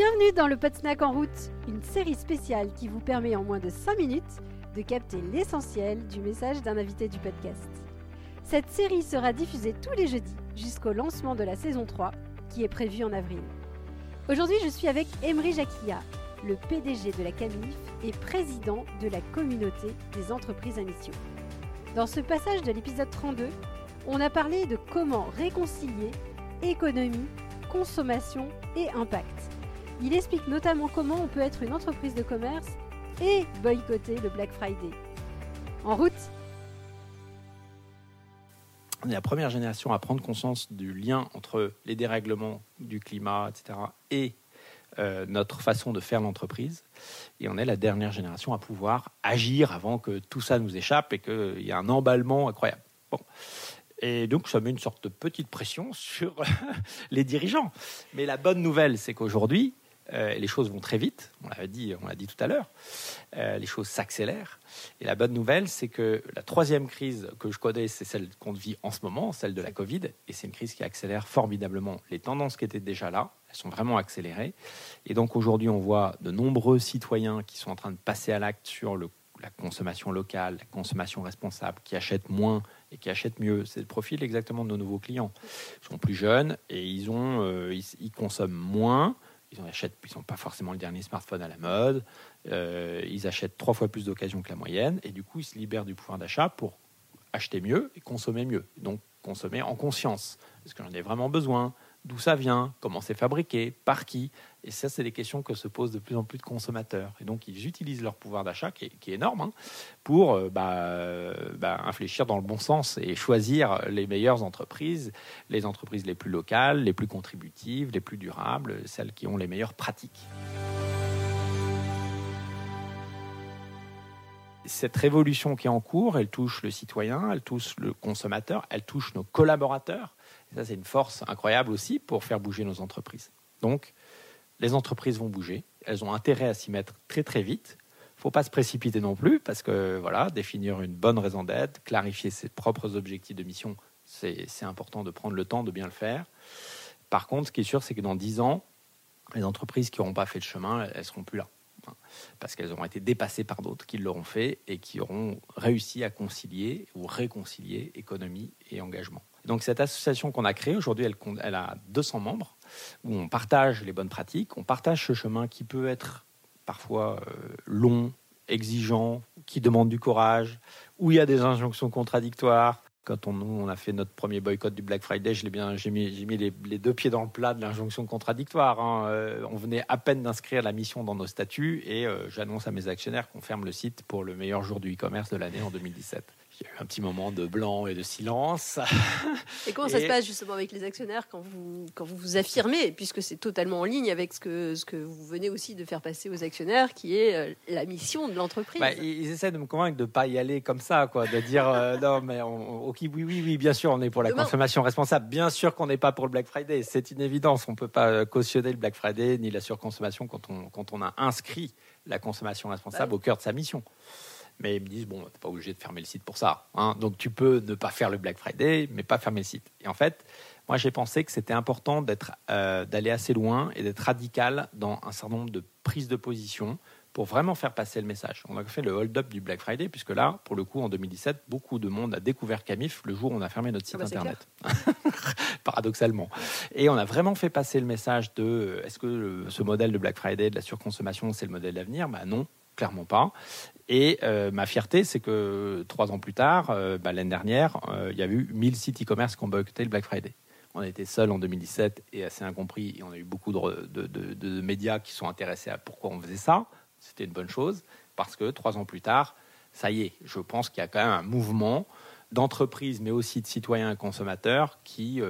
Bienvenue dans le Podsnack en route, une série spéciale qui vous permet en moins de 5 minutes de capter l'essentiel du message d'un invité du podcast. Cette série sera diffusée tous les jeudis jusqu'au lancement de la saison 3 qui est prévue en avril. Aujourd'hui, je suis avec Emery Jacquia, le PDG de la Camif et président de la communauté des entreprises à mission. Dans ce passage de l'épisode 32, on a parlé de comment réconcilier économie, consommation et impact. Il explique notamment comment on peut être une entreprise de commerce et boycotter le Black Friday. En route! On est la première génération à prendre conscience du lien entre les dérèglements du climat, etc., et notre façon de faire l'entreprise. Et on est la dernière génération à pouvoir agir avant que tout ça nous échappe et qu'il y ait un emballement incroyable. Bon. Et donc, ça met une sorte de petite pression sur les dirigeants. Mais la bonne nouvelle, c'est qu'aujourd'hui, les choses vont très vite. On l'a dit tout à l'heure. Les choses s'accélèrent. Et la bonne nouvelle, c'est que la troisième crise que je connais, c'est celle qu'on vit en ce moment, celle de la Covid. Et c'est une crise qui accélère formidablement les tendances qui étaient déjà là. Elles sont vraiment accélérées. Et donc, aujourd'hui, on voit de nombreux citoyens qui sont en train de passer à l'acte sur la consommation locale, la consommation responsable, qui achètent moins et qui achètent mieux. C'est le profil exactement de nos nouveaux clients. Ils sont plus jeunes et ils consomment moins. Ils n'ont pas forcément le dernier smartphone à la mode. Ils achètent 3 fois plus d'occasions que la moyenne. Et du coup, ils se libèrent du pouvoir d'achat pour acheter mieux et consommer mieux. Donc, consommer en conscience. Est-ce que j'en ai vraiment besoin ? D'où ça vient ? Comment c'est fabriqué ? Par qui ? Et ça, c'est des questions que se posent de plus en plus de consommateurs. Et donc, ils utilisent leur pouvoir d'achat, qui est énorme, pour infléchir dans le bon sens et choisir les meilleures entreprises, les entreprises les plus locales, les plus contributives, les plus durables, celles qui ont les meilleures pratiques. Cette révolution qui est en cours, elle touche le citoyen, elle touche le consommateur, elle touche nos collaborateurs. Et ça, c'est une force incroyable aussi pour faire bouger nos entreprises. Donc, les entreprises vont bouger. Elles ont intérêt à s'y mettre très, très vite. Il ne faut pas se précipiter non plus parce que, définir une bonne raison d'être, clarifier ses propres objectifs de mission, c'est important de prendre le temps de bien le faire. Par contre, ce qui est sûr, c'est que dans 10 ans, les entreprises qui n'auront pas fait le chemin, elles ne seront plus là. Parce qu'elles auront été dépassées par d'autres qui l'auront fait et qui auront réussi à concilier ou réconcilier économie et engagement. Donc cette association qu'on a créée, aujourd'hui, elle a 200 membres, où on partage les bonnes pratiques, on partage ce chemin qui peut être parfois long, exigeant, qui demande du courage, où il y a des injonctions contradictoires. Quand on a fait notre premier boycott du Black Friday, j'ai mis les 2 pieds dans le plat de l'injonction contradictoire. On venait à peine d'inscrire la mission dans nos statuts et j'annonce à mes actionnaires qu'on ferme le site pour le meilleur jour du e-commerce de l'année en 2017. Il y a eu un petit moment de blanc et de silence. Et comment ça se passe justement avec les actionnaires quand vous affirmez, puisque c'est totalement en ligne avec ce que vous venez aussi de faire passer aux actionnaires, qui est la mission de l'entreprise. Ils essaient de me convaincre de ne pas y aller comme ça, de dire non, mais oui, bien sûr, on est pour la consommation responsable. Bien sûr qu'on n'est pas pour le Black Friday. C'est une évidence. On ne peut pas cautionner le Black Friday ni la surconsommation quand on a inscrit la consommation responsable au cœur de sa mission. Mais ils me disent, bon, tu n'es pas obligé de fermer le site pour ça. Donc, tu peux ne pas faire le Black Friday, mais pas fermer le site. Et en fait, moi, j'ai pensé que c'était important d'aller assez loin et d'être radical dans un certain nombre de prises de position pour vraiment faire passer le message. On a fait le hold-up du Black Friday, puisque là, pour le coup, en 2017, beaucoup de monde a découvert Camif le jour où on a fermé notre site Internet. Paradoxalement. Et on a vraiment fait passer le message de est-ce que ce modèle de Black Friday, de la surconsommation, c'est le modèle d'avenir ? Non. Clairement pas. Et ma fierté, c'est que 3 ans plus tard, l'année dernière, il y a eu 1000 sites e-commerce qui ont boycotté le Black Friday. On était seuls en 2017 et assez incompris. Et on a eu beaucoup de médias qui sont intéressés à pourquoi on faisait ça. C'était une bonne chose parce que 3 ans plus tard, ça y est, je pense qu'il y a quand même un mouvement d'entreprises, mais aussi de citoyens et consommateurs qui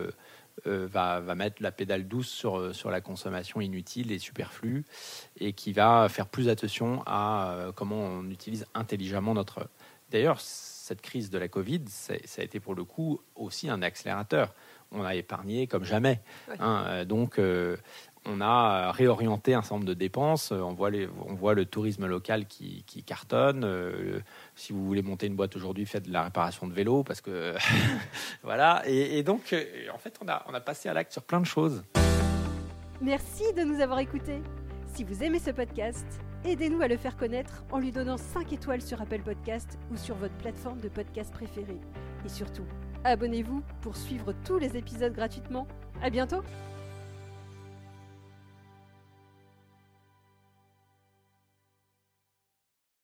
va mettre la pédale douce sur la consommation inutile et superflue et qui va faire plus attention à comment on utilise intelligemment notre... D'ailleurs, cette crise de la Covid, ça a été pour le coup aussi un accélérateur. On a épargné comme jamais. Donc, on a réorienté un certain nombre de dépenses. On voit le tourisme local qui cartonne. Si vous voulez monter une boîte aujourd'hui, faites de la réparation de vélo parce que voilà. Et donc, en fait, on a passé à l'acte sur plein de choses. Merci de nous avoir écoutés. Si vous aimez ce podcast, aidez-nous à le faire connaître en lui donnant 5 étoiles sur Apple Podcast ou sur votre plateforme de podcast préférée. Et surtout, abonnez-vous pour suivre tous les épisodes gratuitement. À bientôt!